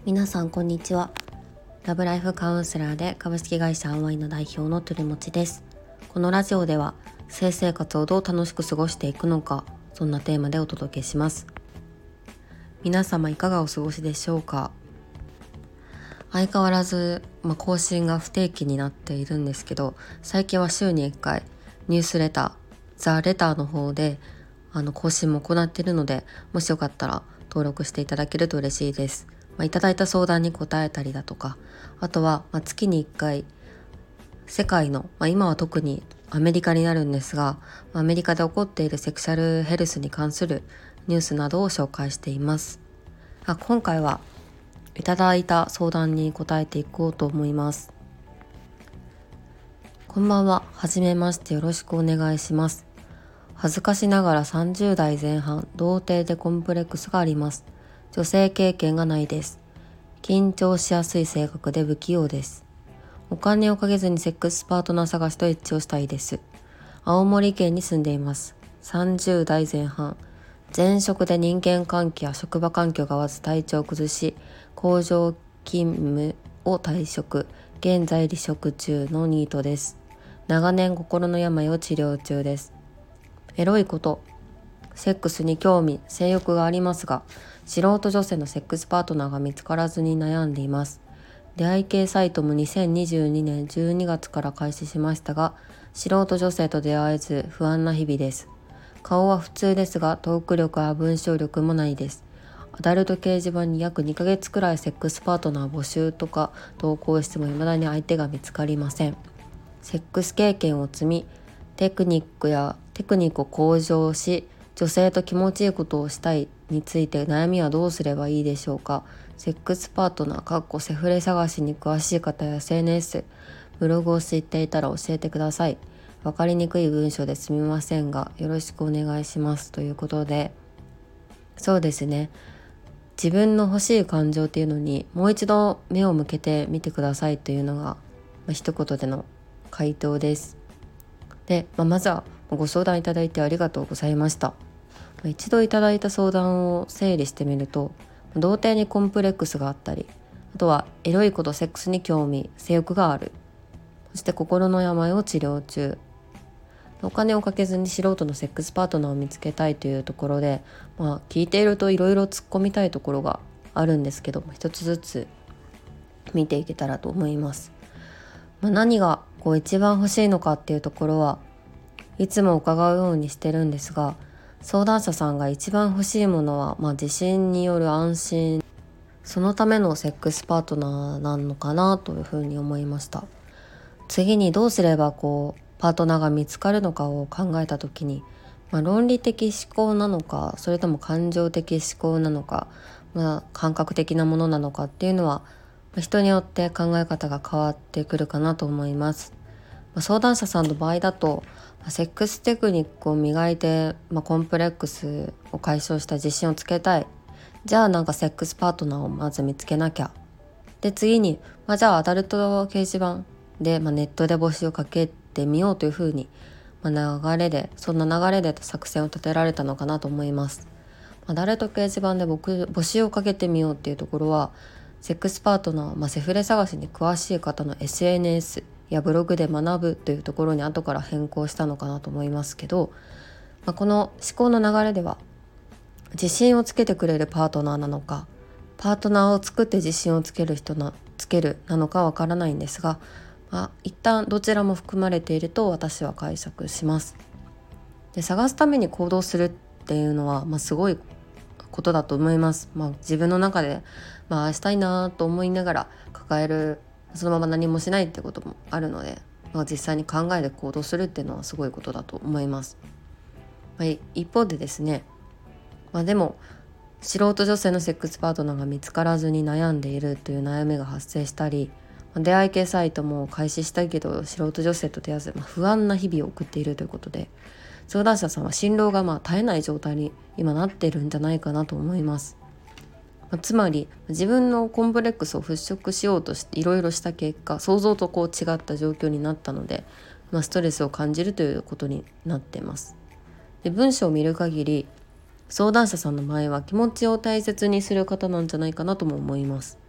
皆さんこんにちは。ラブライフカウンセラーで株式会社アンワイの代表のトゥルモチです。このラジオでは性生活をどう楽しく過ごしていくのか、そんなテーマでお届けします。皆様いかがお過ごしでしょうか。相変わらず、更新が不定期になっているんですけど、最近は週に1回ニュースレターザ・レターの方で更新も行っているので、もしよかったら登録していただけると嬉しいです。いただいた相談に答えたりだとか、あとは月に1回世界の、今は特にアメリカになるんですが、アメリカで起こっているセクシャルヘルスに関するニュースなどを紹介しています。今回はいただいた相談に答えていこうと思います。こんばんは。はじめまして、よろしくお願いします。恥ずかしながら30代前半、童貞でコンプレックスがあります。女性経験がないです。緊張しやすい性格で不器用です。お金をかけずにセックスパートナー探しと一致をしたいです。青森県に住んでいます。30代前半。前職で人間関係や職場環境が合わず体調を崩し、工場勤務を退職。現在離職中のニートです。長年心の病を治療中です。エロいこと。セックスに興味、性欲がありますが、素人女性のセックスパートナーが見つからずに悩んでいます。出会い系サイトも2022年12月から開始しましたが、素人女性と出会えず不安な日々です。顔は普通ですが、トーク力や文章力もないです。アダルト掲示板に約2ヶ月くらいセックスパートナー募集とか投稿しても未だに相手が見つかりません。セックス経験を積み、テクニックを向上し、女性と気持ちいいことをしたいについて悩みはどうすればいいでしょうか。セックスパートナーセフレ探しに詳しい方や SNS、ブログを知っていたら教えてください。わかりにくい文章ですみませんがよろしくお願いしますということで、そうですね、自分の欲しい感情っていうのにもう一度目を向けてみてくださいというのが、一言での回答です。で、まずはご相談いただいてありがとうございました。一度いただいた相談を整理してみると、童貞にコンプレックスがあったり、あとはエロいこと、セックスに興味、性欲がある、そして心の病を治療中、お金をかけずに素人のセックスパートナーを見つけたいというところで、聞いているといろいろ突っ込みたいところがあるんですけど、一つずつ見ていけたらと思います。何が一番欲しいのかっていうところはいつも伺うようにしてるんですが、相談者さんが一番欲しいものは、自信による安心、そのためのセックスパートナーなのかなというふうに思いました。次にどうすればパートナーが見つかるのかを考えた時に、論理的思考なのか、それとも感情的思考なのか、感覚的なものなのかっていうのは、人によって考え方が変わってくるかなと思います。相談者さんの場合だと、セックステクニックを磨いて、コンプレックスを解消した自信をつけたい。じゃあセックスパートナーをまず見つけなきゃ。で次に、じゃあアダルト掲示板で、ネットで募集をかけてみようというふうに、そんな流れで作戦を立てられたのかなと思います。アダルト掲示板で募集をかけてみようっていうところは、セックスパートナー、セフレ探しに詳しい方の SNSやブログで学ぶというところに後から変更したのかなと思いますけど、この思考の流れでは自信をつけてくれるパートナーなのか、パートナーを作って自信をつけるなのかわからないんですが、一旦どちらも含まれていると私は解釈します。で、探すために行動するっていうのは、すごいことだと思います。自分の中で、したいなと思いながら抱える、そのまま何もしないってこともあるので、実際に考えて行動するっていうのはすごいことだと思います。一方でですね、でも素人女性のセックスパートナーが見つからずに悩んでいるという悩みが発生したり、出会い系サイトも開始したいけど素人女性と出会わず、不安な日々を送っているということで、相談者さんは心労が絶えない状態に今なってるんじゃないかなと思います。つまり自分のコンプレックスを払拭しようとしていろいろした結果、想像と違った状況になったので、ストレスを感じるということになっています。で、文章を見る限り相談者さんの場合は気持ちを大切にする方なんじゃないかなとも思います。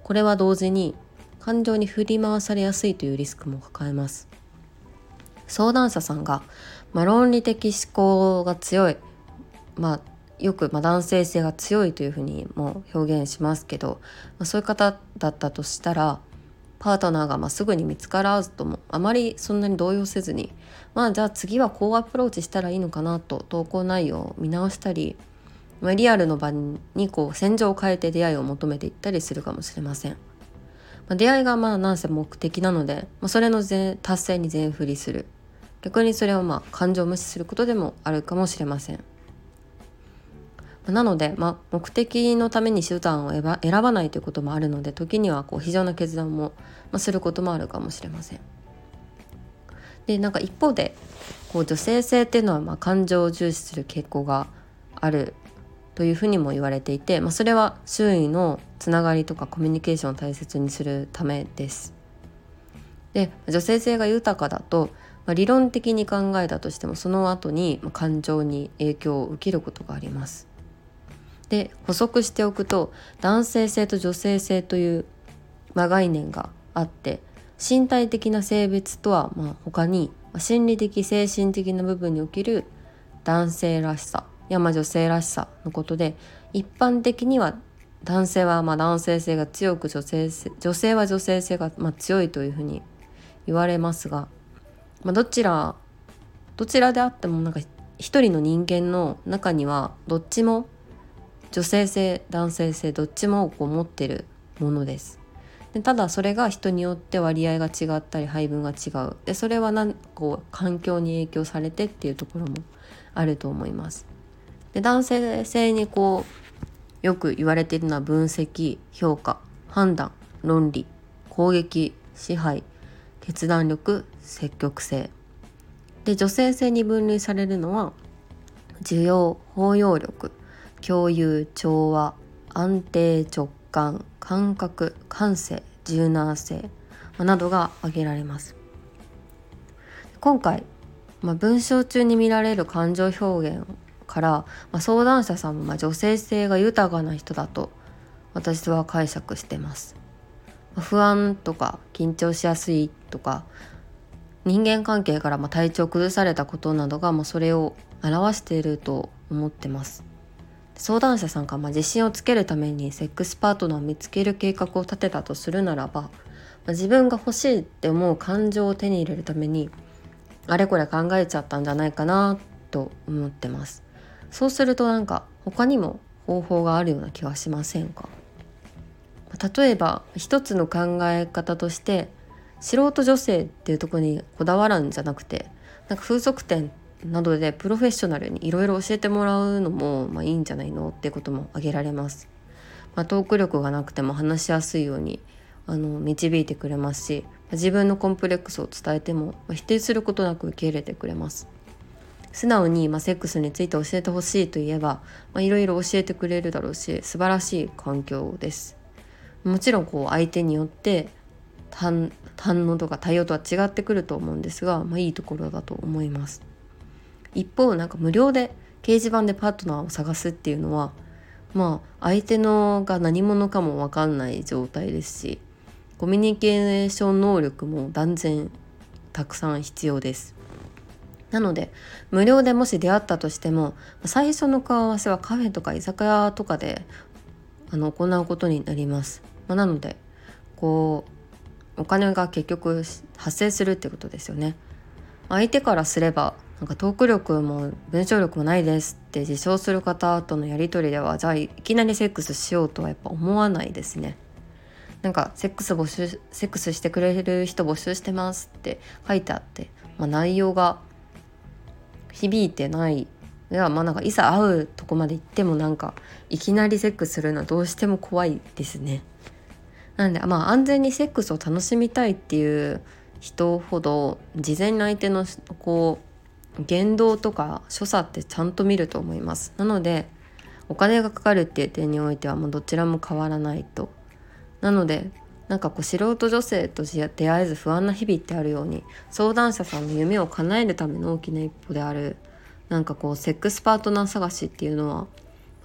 これは同時に感情に振り回されやすいというリスクも抱えます。相談者さんが、論理的思考が強い、よく男性性が強いというふうにも表現しますけど、そういう方だったとしたら、パートナーがすぐに見つからずともあまりそんなに動揺せずに、じゃあ次はこうアプローチしたらいいのかなと投稿内容を見直したり、リアルの場に戦場を変えて出会いを求めていったりするかもしれません。出会いがなんせ目的なので、それの達成に全振りする。逆にそれを感情を無視することでもあるかもしれません。なので、目的のために手段を選ばないということもあるので、時には非常な決断も、することもあるかもしれません。で、一方で女性性っていうのは感情を重視する傾向があるというふうにも言われていて、それは周囲のつながりとかコミュニケーションを大切にするためです。で、女性性が豊かだと、理論的に考えたとしてもその後に感情に影響を受けることがあります。で、補足しておくと、男性性と女性性という、概念があって、身体的な性別とは他に心理的精神的な部分における男性らしさや女性らしさのことで、一般的には男性は男性性が強く女性は女性性が強いというふうに言われますが、どちらであっても一人の人間の中にはどっちも女性性男性性どっちも持っているものです。で、ただそれが人によって割合が違ったり配分が違う。で、それは環境に影響されてっていうところもあると思います。で、男性性によく言われているのは分析、評価、判断、論理、攻撃、支配、決断力、積極性で、女性性に分類されるのは受容、包容力、共有、調和、安定、直感、感覚、感性、柔軟性、などが挙げられます。今回、文章中に見られる感情表現から、相談者さんも女性性が豊かな人だと私は解釈してます。不安とか緊張しやすいとか、人間関係から体調を崩されたことなどがそれを表していると思ってます。相談者さんが自信をつけるためにセックスパートナーを見つける計画を立てたとするならば、自分が欲しいって思う感情を手に入れるためにあれこれ考えちゃったんじゃないかなと思ってます。そうすると他にも方法があるような気がしませんか？例えば一つの考え方として、素人女性っていうところにこだわるんじゃなくて、風俗店などでプロフェッショナルにいろいろ教えてもらうのもいいんじゃないのっていうことも挙げられます。トーク力がなくても話しやすいように導いてくれますし、自分のコンプレックスを伝えても否定することなく受け入れてくれます。素直にセックスについて教えてほしいと言えばいろいろ教えてくれるだろうし、素晴らしい環境です。もちろん相手によって反応とか対応とは違ってくると思うんですが、いいところだと思います。一方無料で掲示板でパートナーを探すっていうのは相手のが何者かも分かんない状態ですし、コミュニケーション能力も断然たくさん必要です。なので無料でもし出会ったとしても、最初の顔合わせはカフェとか居酒屋とかで行うことになります。なのでお金が結局発生するってことですよね。相手からすればトーク力も文章力もないですって自称する方とのやり取りでは、じゃあいきなりセックスしようとはやっぱ思わないですね。セックスしてくれる人募集してますって書いてあって、内容が響いてない。ではいざ会うとこまで行ってもいきなりセックスするのはどうしても怖いですね。なんで安全にセックスを楽しみたいっていう人ほど事前に相手の言動とか所作ってちゃんと見ると思います。なのでお金がかかるっていう点においてはどちらも変わらないと。なので素人女性と出会えず不安な日々ってあるように、相談者さんの夢を叶えるための大きな一歩であるセックスパートナー探しっていうのは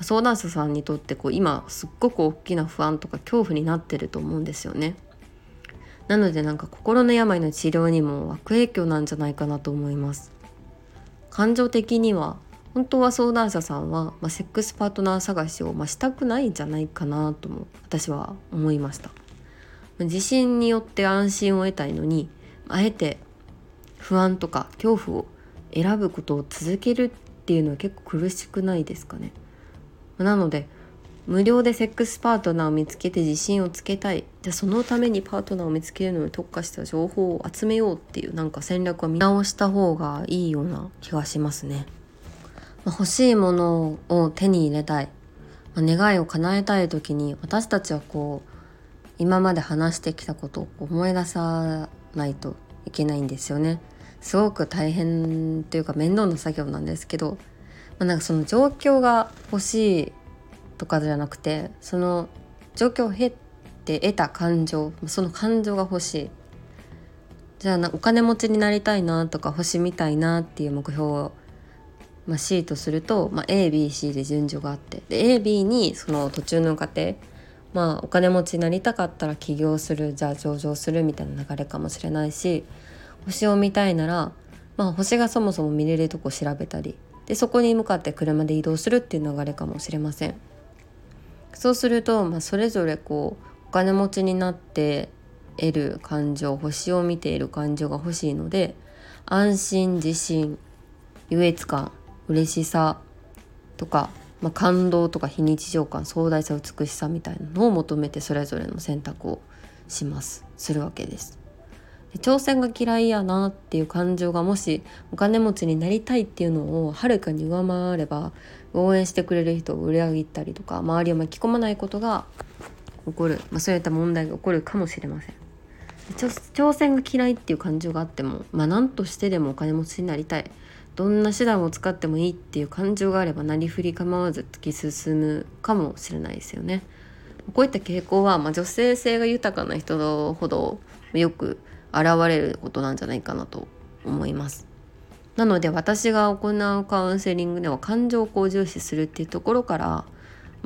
相談者さんにとって今すっごく大きな不安とか恐怖になってると思うんですよね。なので心の病の治療にも悪影響なんじゃないかなと思います。感情的には本当は相談者さんは、セックスパートナー探しを、したくないんじゃないかなとも私は思いました。自信によって安心を得たいのに、あえて不安とか恐怖を選ぶことを続けるっていうのは結構苦しくないですかね。なので無料でセックスパートナーを見つけて自信をつけたい、じゃあそのためにパートナーを見つけるのに特化した情報を集めようっていう戦略は見直した方がいいような気がしますね。欲しいものを手に入れたい、願いを叶えたい時に私たちは今まで話してきたことを思い出さないといけないんですよね。すごく大変というか面倒な作業なんですけど、その状況が欲しいとかじゃなくて、その状況を経て得た感情、その感情が欲しい。じゃあお金持ちになりたいなとか星みたいなっていう目標を、C とすると、A、B、C で順序があって、で A、B にその途中の過程、お金持ちになりたかったら起業する、じゃあ上場するみたいな流れかもしれないし、星を見たいなら、星がそもそも見れるとこ調べたりで、そこに向かって車で移動するっていう流れかもしれません。そうすると、それぞれお金持ちになって得る感情、星を見ている感情が欲しいので、安心、自信、優越感、嬉しさとか、感動とか非日常感、壮大さ、美しさみたいなのを求めてそれぞれの選択をするわけです。で挑戦が嫌いやなっていう感情がもしお金持ちになりたいっていうのをはるかに上回れば、応援してくれる人を裏切ったりとか、周りを巻き込まないことが起こる、そういった問題が起こるかもしれません。挑戦が嫌いっていう感情があっても、何としてでもお金持ちになりたい、どんな手段を使ってもいいっていう感情があれば、なりふり構わず突き進むかもしれないですよね。こういった傾向は、女性性が豊かな人ほどよく現れることなんじゃないかなと思います。なので私が行うカウンセリングでは、感情を重視するっていうところから、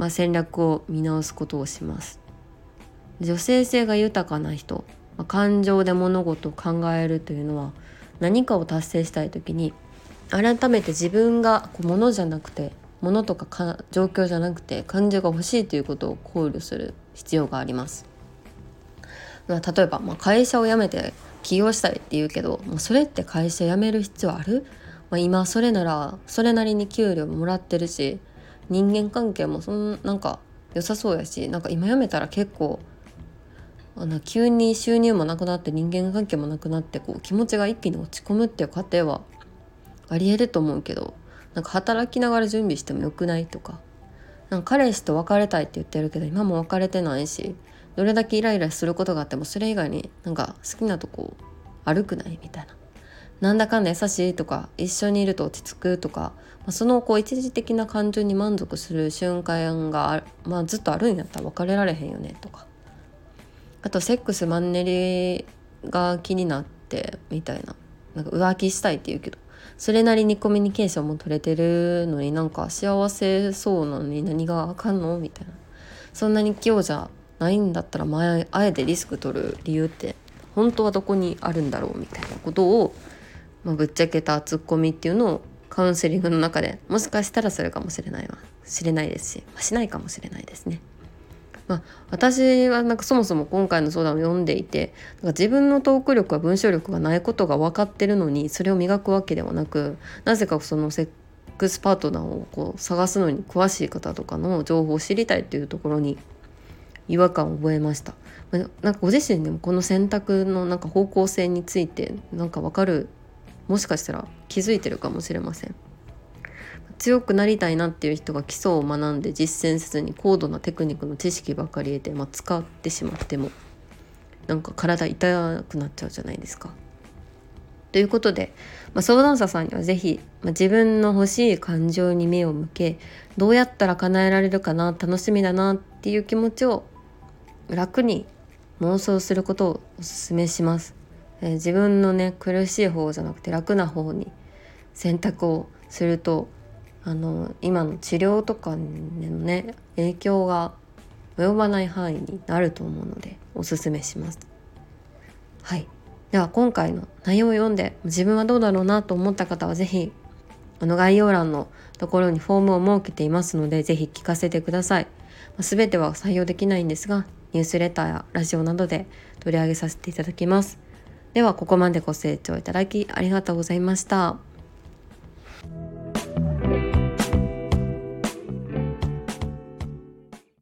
戦略を見直すことをします。女性性が豊かな人、感情で物事を考えるというのは、何かを達成したい時に改めて自分が物じゃなくて、物とか状況じゃなくて感情が欲しいということを考慮する必要があります。例えば、会社を辞めて起業したいって言うけど、それって会社辞める必要ある？今それならそれなりに給料ももらってるし、人間関係も良さそうやし、今辞めたら結構急に収入もなくなって人間関係もなくなって気持ちが一気に落ち込むっていう過程はありえると思うけど、働きながら準備してもよくない？とか、彼氏と別れたいって言ってるけど今も別れてないし、どれだけイライラすることがあってもそれ以外に好きなとこ歩くないみたいな、なんだかんだ優しいとか、一緒にいると落ち着くとか、その一時的な感情に満足する瞬間がずっとあるんやったら別れられへんよねとか、あとセックスマンネリが気になってみたいな、浮気したいって言うけど、それなりにコミュニケーションも取れてるのに幸せそうなのに何があかんのみたいな、そんなに器用じゃないんだったらあえてリスク取る理由って本当はどこにあるんだろうみたいなことを、ぶっちゃけたツッコミっていうのをカウンセリングの中でもしかしたらするかもしれないですし、しないかもしれないですね。私はそもそも今回の相談を読んでいて、自分のトーク力や文章力がないことが分かってるのにそれを磨くわけではなく、なぜかそのセックスパートナーを探すのに詳しい方とかの情報を知りたいというところに違和感を覚えました。ご自身でもこの選択の方向性について分かる、もしかしたら気づいてるかもしれません。強くなりたいなっていう人が基礎を学んで実践せずに高度なテクニックの知識ばかり得て、使ってしまっても体痛くなっちゃうじゃないですか。ということで、相談者さんにはぜひ、自分の欲しい感情に目を向け、どうやったら叶えられるかな、楽しみだなっていう気持ちを楽に妄想することをお勧めします。自分の苦しい方じゃなくて楽な方に選択をすると今の治療とかへのね影響が及ばない範囲になると思うのでおすすめします。はい、では今回の内容を読んで自分はどうだろうなと思った方はぜひ概要欄のところにフォームを設けていますのでぜひ聞かせてください。全ては採用できないんですがニュースレターやラジオなどで取り上げさせていただきます。ではここまでご清聴いただきありがとうございました。